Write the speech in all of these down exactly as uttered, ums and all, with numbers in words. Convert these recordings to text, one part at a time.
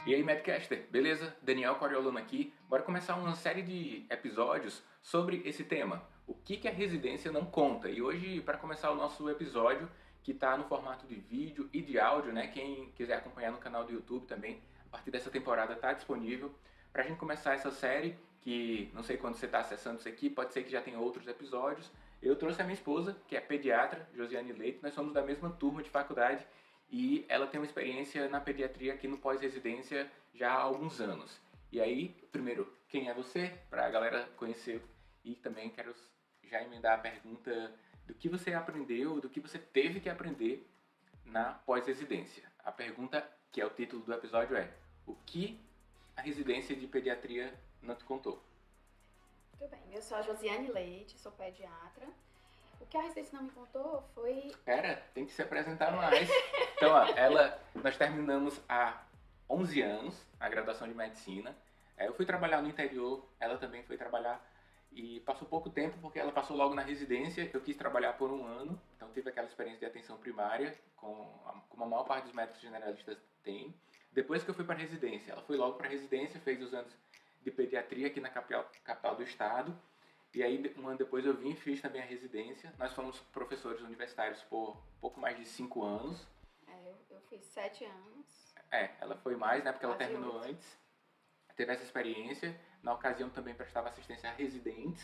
E aí, Medcaster, beleza? Daniel Coriolano aqui. Bora começar uma série de episódios sobre esse tema. O que, que a residência não conta? E hoje, para começar o nosso episódio, que está no formato de vídeo e de áudio, né? Quem quiser acompanhar no canal do YouTube também, a partir dessa temporada está disponível. Para a gente começar essa série, que não sei quando você está acessando isso aqui, pode ser que já tenha outros episódios. Eu trouxe a minha esposa, que é pediatra, Josiane Leite. Nós somos da mesma turma de faculdade. E ela tem uma experiência na pediatria aqui no pós-residência já há alguns anos. E aí, primeiro, quem é você? Para a galera conhecer. E também quero já emendar a pergunta do que você aprendeu, do que você teve que aprender na pós-residência. A pergunta, que é o título do episódio, é: o que a residência de pediatria não te contou? Muito bem, eu sou a Josiane Leite, sou pediatra. O que a residência não me contou foi... Pera, tem que se apresentar mais. Então, ó, ela, nós terminamos há onze anos a graduação de medicina. Eu fui trabalhar no interior, ela também foi trabalhar e passou pouco tempo porque ela passou logo na residência. Eu quis trabalhar por um ano, então tive aquela experiência de atenção primária, com a, como a maior parte dos médicos generalistas tem. Depois que eu fui para a residência, ela foi logo para a residência, fez os anos de pediatria aqui na capital, capital do estado. E aí, um ano depois eu vim e fiz também a residência. Nós fomos professores universitários por pouco mais de cinco anos. É, eu, eu fiz sete anos. É, ela foi mais, né? Porque ela Quase terminou oito. antes. Teve essa experiência. Na ocasião também prestava assistência a residentes.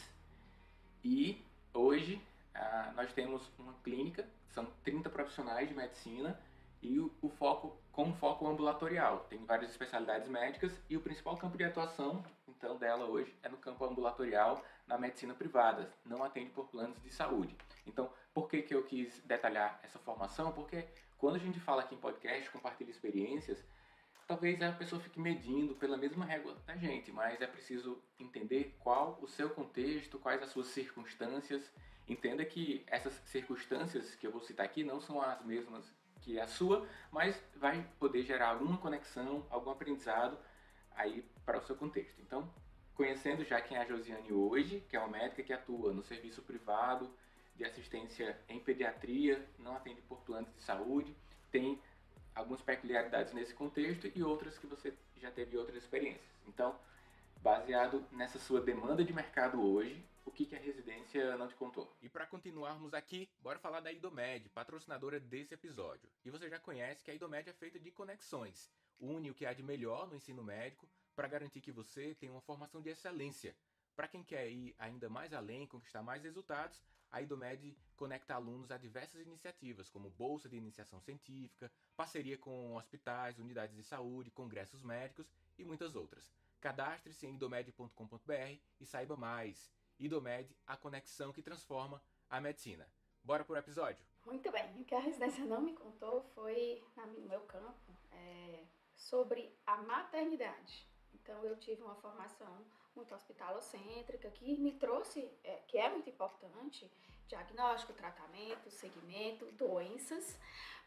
E hoje ah, nós temos uma clínica, são trinta profissionais de medicina. E o, o foco, com foco ambulatorial. Tem várias especialidades médicas e o principal campo de atuação, então, dela hoje é no campo ambulatorial, na medicina privada. Não atende por planos de saúde. Então, por que, que eu quis detalhar essa formação? Porque quando a gente fala aqui em podcast, compartilha experiências, talvez a pessoa fique medindo pela mesma régua da gente, mas é preciso entender qual o seu contexto, quais as suas circunstâncias. Entenda que essas circunstâncias que eu vou citar aqui não são as mesmas que a sua, mas vai poder gerar alguma conexão, algum aprendizado aí para o seu contexto. Então, conhecendo já quem é a Josiane hoje, que é uma médica que atua no serviço privado de assistência em pediatria, não atende por planos de saúde, tem algumas peculiaridades nesse contexto e outras que você já teve outras experiências. Então, baseado nessa sua demanda de mercado hoje, o que, que a residência não te contou? E para continuarmos aqui, bora falar da Idomed, patrocinadora desse episódio. E você já conhece que a Idomed é feita de conexões. Une o que há de melhor no ensino médico para garantir que você tenha uma formação de excelência. Para quem quer ir ainda mais além, conquistar mais resultados, a Idomed conecta alunos a diversas iniciativas, como bolsa de iniciação científica, parceria com hospitais, unidades de saúde, congressos médicos e muitas outras. Cadastre-se em idomed ponto com ponto br e saiba mais. Idomed, a conexão que transforma a medicina. Bora pro episódio? Muito bem, o que a residência não me contou foi, no meu campo, é, sobre a maternidade. Então, eu tive uma formação muito hospitalocêntrica, que me trouxe, é, que é muito importante, diagnóstico, tratamento, segmento, doenças,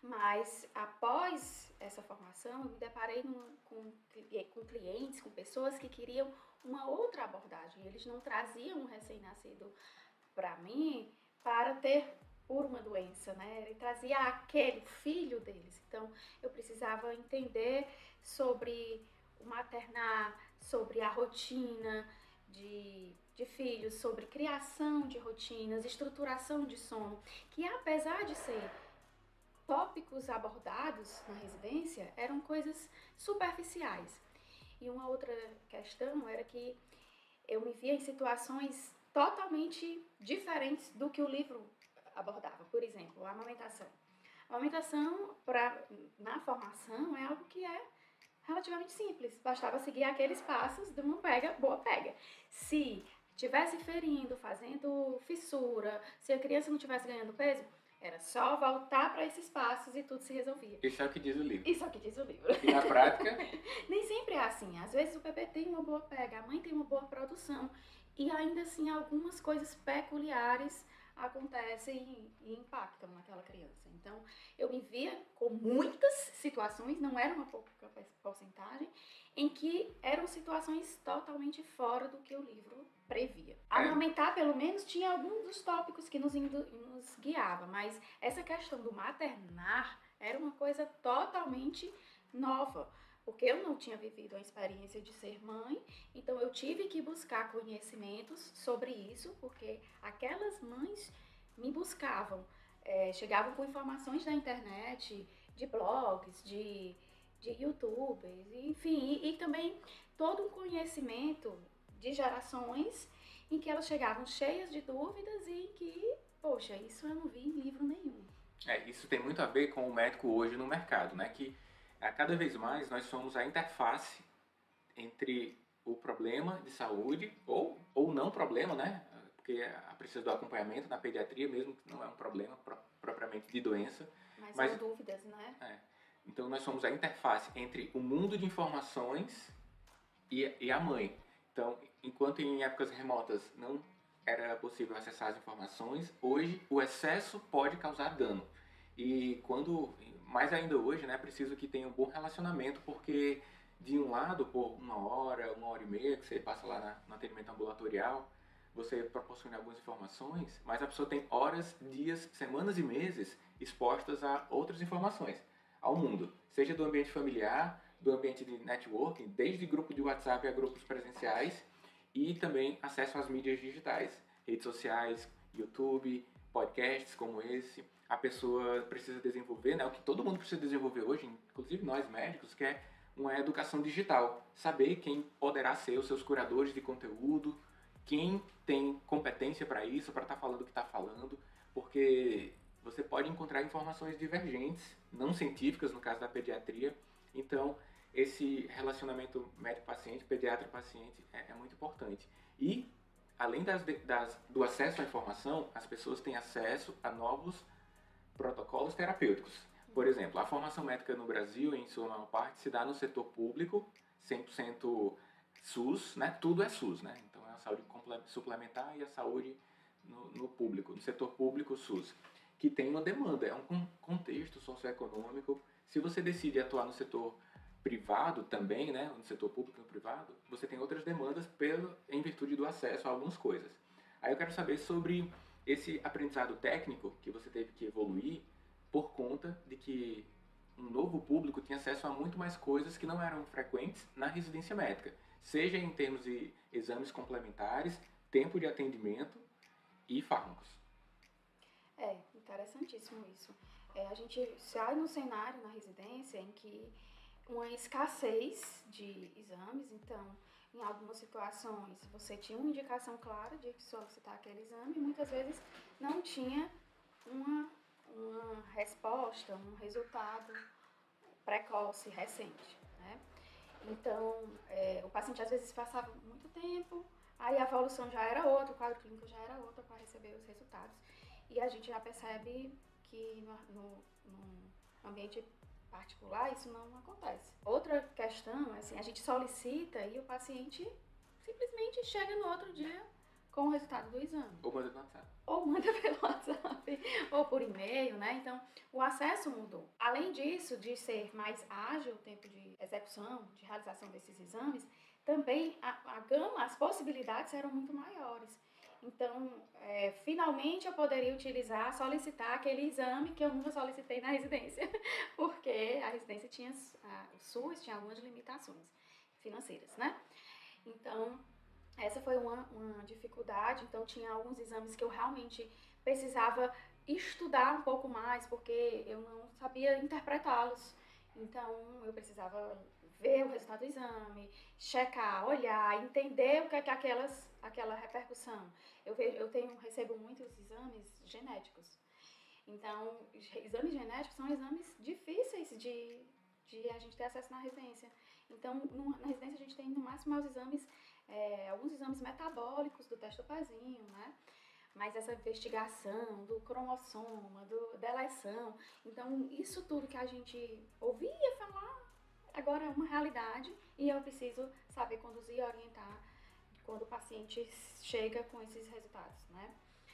mas após essa formação, eu me deparei no, com, com clientes, com pessoas que queriam uma outra abordagem. Eles não traziam um recém-nascido para mim para ter por uma doença, né? Ele trazia aquele filho deles. Então, eu precisava entender sobre o maternar, sobre a rotina de, de filhos, sobre criação de rotinas, estruturação de sono, que apesar de ser tópicos abordados na residência, eram coisas superficiais. E uma outra questão era que eu me via em situações totalmente diferentes do que o livro abordava. Por exemplo, a amamentação. A amamentação, pra, na formação, é algo que é relativamente simples. Bastava seguir aqueles passos de uma pega, boa pega. Se estivesse ferindo, fazendo fissura, se a criança não estivesse ganhando peso, era só voltar para esses passos e tudo se resolvia. Isso é o que diz o livro. Isso é o que diz o livro. E na prática? Nem sempre é assim. Às vezes o bebê tem uma boa pega, a mãe tem uma boa produção. E ainda assim algumas coisas peculiares acontecem e impactam naquela criança. Então, eu me via com muitas situações, não era uma pouca porcentagem, em que eram situações totalmente fora do que o livro previa. Amamentar, pelo menos, tinha alguns dos tópicos que nos, nos guiava, mas essa questão do maternar era uma coisa totalmente nova porque eu não tinha vivido a experiência de ser mãe, então eu tive que buscar conhecimentos sobre isso, porque aquelas mães me buscavam, é, chegavam com informações da internet, de blogs, de, de youtubers, enfim, e, e também todo um conhecimento de gerações em que elas chegavam cheias de dúvidas e em que, poxa, isso eu não vi em livro nenhum. É, isso tem muito a ver com o médico hoje no mercado, né? Que a cada vez mais nós somos a interface entre o problema de saúde ou, ou não problema, né? Porque precisa do acompanhamento na pediatria, mesmo que não é um problema pro, propriamente de doença. Mas, mas são dúvidas, né? É, então nós somos a interface entre o mundo de informações e, e a mãe. Então, enquanto em épocas remotas não era possível acessar as informações, hoje o excesso pode causar dano. E quando, mais ainda hoje, né, é preciso que tenha um bom relacionamento, porque de um lado, por uma hora, uma hora e meia que você passa lá na, no atendimento ambulatorial, você proporciona algumas informações, mas a pessoa tem horas, dias, semanas e meses expostas a outras informações, ao mundo, seja do ambiente familiar, do ambiente de networking, desde grupo de WhatsApp a grupos presenciais, e também acesso às mídias digitais, redes sociais, YouTube, podcasts como esse. A pessoa precisa desenvolver, né, o que todo mundo precisa desenvolver hoje, inclusive nós médicos, que é uma educação digital. Saber quem poderá ser os seus curadores de conteúdo, quem tem competência para isso, para estar tá falando o que está falando, porque você pode encontrar informações divergentes, não científicas no caso da pediatria. Então, esse relacionamento médico-paciente, pediatra-paciente é, é muito importante. E, além das, das, do acesso à informação, as pessoas têm acesso a novos protocolos terapêuticos. Por exemplo, a formação médica no Brasil, em sua maior parte, se dá no setor público, cem por cento SUS, né? Tudo é SUS, né? Então é a saúde suplementar e a saúde no, no público, no setor público SUS, que tem uma demanda, é um contexto socioeconômico. Se você decide atuar no setor privado também, né, no setor público e no privado, você tem outras demandas pelo, em virtude do acesso a algumas coisas. Aí eu quero saber sobre esse aprendizado técnico que você teve que evoluir por conta de que um novo público tinha acesso a muito mais coisas que não eram frequentes na residência médica, seja em termos de exames complementares, tempo de atendimento e fármacos. É, interessantíssimo isso. É, a gente sai no cenário na residência em que uma escassez de exames, então, em algumas situações, você tinha uma indicação clara de solicitar aquele exame e muitas vezes não tinha uma, uma resposta, um resultado precoce, recente, né? Então, é, o paciente às vezes passava muito tempo, aí a evolução já era outra, o quadro clínico já era outro para receber os resultados. E a gente já percebe que no, no, no ambiente particular isso não acontece. Outra questão é assim, a gente solicita e o paciente simplesmente chega no outro dia com o resultado do exame. Ou manda pelo WhatsApp. Ou manda pelo WhatsApp, ou por e-mail, né? Então, o acesso mudou. Além disso, de ser mais ágil o tempo de execução, de realização desses exames, também a, a gama, as possibilidades eram muito maiores. Então, é, finalmente eu poderia utilizar, solicitar aquele exame que eu nunca solicitei na residência, porque a residência tinha, a, o SUS tinha algumas limitações financeiras, né? Então, essa foi uma, uma dificuldade. Então, tinha alguns exames que eu realmente precisava estudar um pouco mais, porque eu não sabia interpretá-los. Então, eu precisava ver o resultado do exame, checar, olhar, entender o que é que aquelas, aquela repercussão. Eu, vejo, eu tenho, recebo muitos exames genéticos. Então, exames genéticos são exames difíceis de, de a gente ter acesso na residência. Então, no, na residência a gente tem no máximo os exames, é, alguns exames metabólicos do teste do pezinho, né? Mas essa investigação do cromossoma, do, da eleição, então isso tudo que a gente ouvia falar, agora é uma realidade e eu preciso saber conduzir e orientar quando o paciente chega com esses resultados, né?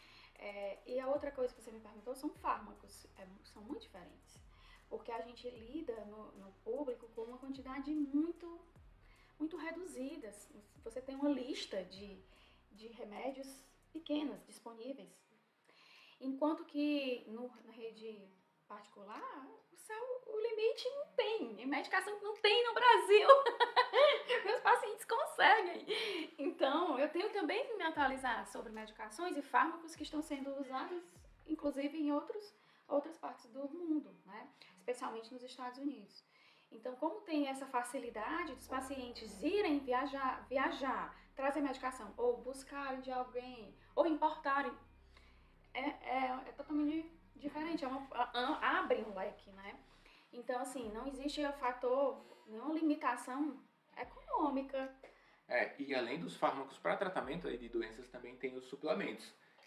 É, e a outra coisa que você me perguntou são fármacos, é, são muito diferentes, porque a gente lida no, no público com uma quantidade muito, muito reduzida. Você tem uma lista de, de remédios pequenas, disponíveis, enquanto que no, na rede particular, o céu, o limite não tem. E medicação não tem no Brasil. Meus pacientes conseguem. Então, eu tenho também que me atualizar sobre medicações e fármacos que estão sendo usados, inclusive em outros, outras partes do mundo, né? Especialmente nos Estados Unidos. Então, como tem essa facilidade dos pacientes irem viajar, viajar, trazer medicação, ou buscarem de alguém, ou importarem, é, é, é totalmente diferente, é uma, abre um leque, né? Então, assim, não existe o fator, nenhuma limitação econômica. É, e além dos fármacos para tratamento aí de doenças, também tem os suplementos.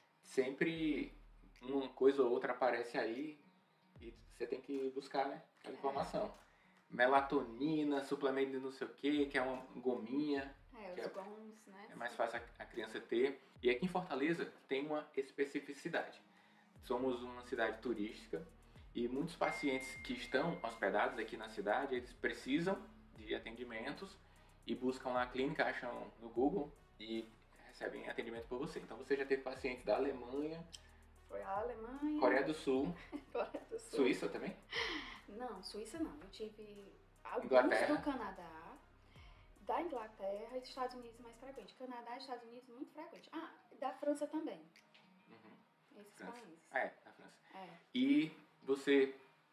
Sempre uma coisa ou outra aparece aí e você tem que buscar, né, aquela informação. É. Melatonina, suplemento de não sei o que, que é uma gominha. É, os é, gomos, né? É mais fácil a, a criança ter. E aqui em Fortaleza tem uma especificidade. Somos uma cidade turística e muitos pacientes que estão hospedados aqui na cidade, eles precisam de atendimentos e buscam na clínica, acham no Google e recebem atendimento por você. Então você já teve pacientes da Alemanha, foi a Alemanha, Coreia do Sul, Coreia do Sul, Suíça também? Não, Suíça não. Eu tive alguns Inglaterra. do Canadá, da Inglaterra e dos Estados Unidos mais frequente. Canadá e Estados Unidos muito frequente. Ah, da França também. Uhum. Esses França. países. É, da França. É. E você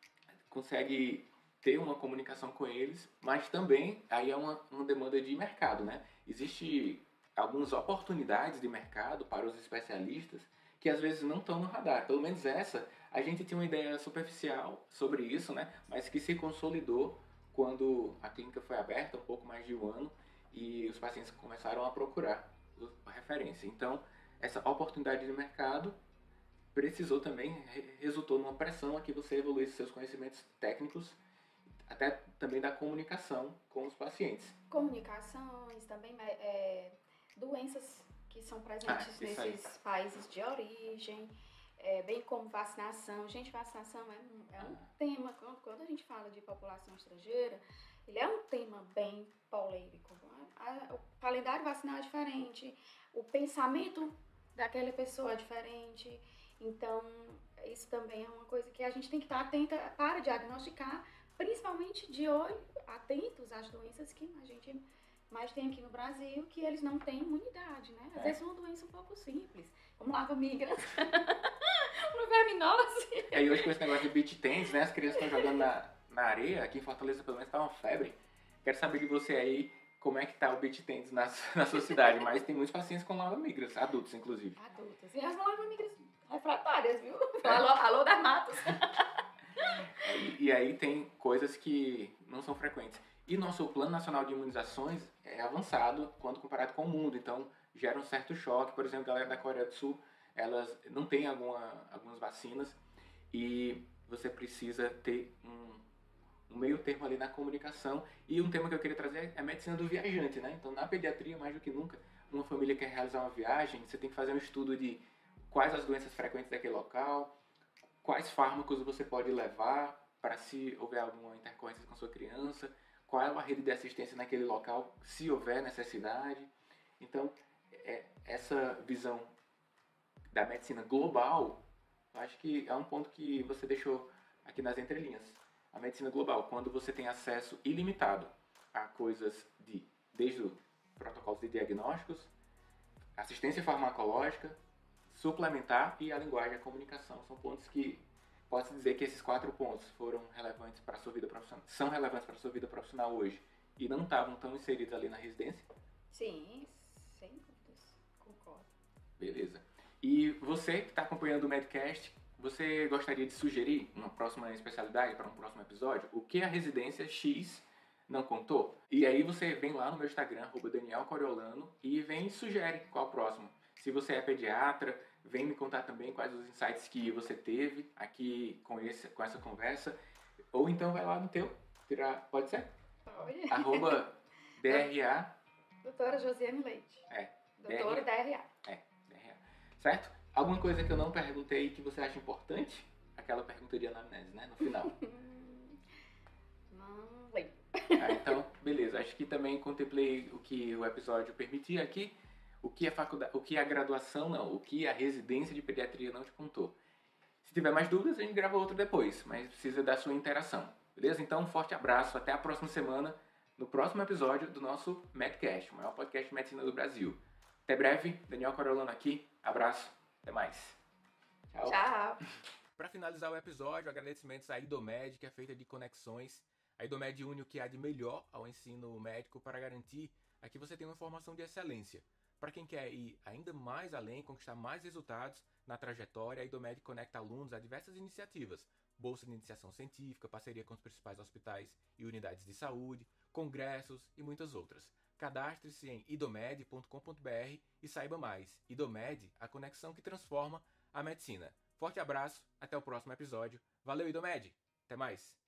consegue ter uma comunicação com eles, mas também aí é uma, uma demanda de mercado, né? Existe algumas oportunidades de mercado para os especialistas que às vezes não estão no radar. Pelo menos essa, a gente tinha uma ideia superficial sobre isso, né? Mas que se consolidou quando a clínica foi aberta, um pouco mais de um ano, e os pacientes começaram a procurar a referência. Então, essa oportunidade de mercado precisou também, resultou numa pressão a que você evoluísse seus conhecimentos técnicos, até também da comunicação com os pacientes. Comunicações, também é, doenças que são presentes ah, nesses aí. países de origem, é, bem como vacinação. Gente, vacinação é um, é um ah. tema, quando, quando a gente fala de população estrangeira, ele é um tema bem polêmico. A, o calendário vacinal é diferente, o pensamento daquela pessoa é diferente. Então, isso também é uma coisa que a gente tem que estar atenta para diagnosticar, principalmente de olho, atentos às doenças que a gente mais tem aqui no Brasil, que eles não têm imunidade, né? Às é. vezes é uma doença um pouco simples, como lava-migras, uma verminose. É, e hoje com esse negócio de beach tennis, né? As crianças estão jogando na, na areia, aqui em Fortaleza pelo menos tá uma febre. Quero saber de você aí, como é que tá o beach tennis na, na sua cidade, mas tem muitos pacientes com lava-migras, adultos inclusive. Adultos, e as lava-migras refratárias, viu? É. Alô, alô, Dermatos. E, e aí tem coisas que não são frequentes. E nosso Plano Nacional de Imunizações é avançado quando comparado com o mundo, então gera um certo choque. Por exemplo, a galera da Coreia do Sul, elas não têm alguma, algumas vacinas e você precisa ter um, um meio termo ali na comunicação. E um tema que eu queria trazer é a medicina do viajante, né? Então, na pediatria, mais do que nunca, uma família quer realizar uma viagem, você tem que fazer um estudo de quais as doenças frequentes daquele local, quais fármacos você pode levar para se houver alguma intercorrência com sua criança, qual é a rede de assistência naquele local, se houver necessidade. Então, é, essa visão da medicina global, eu acho que é um ponto que você deixou aqui nas entrelinhas. A medicina global, quando você tem acesso ilimitado a coisas de, desde o protocolos de diagnósticos, assistência farmacológica, suplementar e a linguagem e a comunicação. São pontos que pode-se dizer que esses quatro pontos foram relevantes para a sua vida profissional, são relevantes para a sua vida profissional hoje e não estavam tão inseridos ali na residência? Sim, sem dúvidas, concordo. Beleza. E você que está acompanhando o Medcast, você gostaria de sugerir uma próxima especialidade para um próximo episódio? O que a residência X não contou? E aí você vem lá no meu Instagram, arroba Daniel Coriolano, e vem e sugere qual o próximo. Se você é pediatra, vem me contar também quais os insights que você teve aqui com, esse, com essa conversa. Ou então vai lá no teu, tirar, pode ser? Pode. Arroba D R A. Doutora Josiane Leite. É. Doutora D R A. É, D R A. Certo? Alguma coisa que eu não perguntei que você acha importante? Aquela pergunta de anamnese, né? No final. Não lembro. Ah, então, beleza. Acho que também contemplei o que o episódio permitia aqui. O que a faculdade, o que a graduação não, o que a residência de pediatria não te contou. Se tiver mais dúvidas, a gente grava outro depois, mas precisa da sua interação. Beleza? Então, um forte abraço, até a próxima semana, no próximo episódio do nosso Medcast, o maior podcast de medicina do Brasil. Até breve, Daniel Carolano aqui, abraço, até mais. Tchau. Tchau. Para finalizar o episódio, agradecimentos à IDOMED, que é feita de conexões. A IDOMED une o que há de melhor ao ensino médico para garantir que você tenha uma formação de excelência. Para quem quer ir ainda mais além, conquistar mais resultados na trajetória, a IDOMED conecta alunos a diversas iniciativas. Bolsa de iniciação científica, parceria com os principais hospitais e unidades de saúde, congressos e muitas outras. Cadastre-se em idomed ponto com ponto br e saiba mais. IDOMED, a conexão que transforma a medicina. Forte abraço, até o próximo episódio. Valeu, IDOMED! Até mais!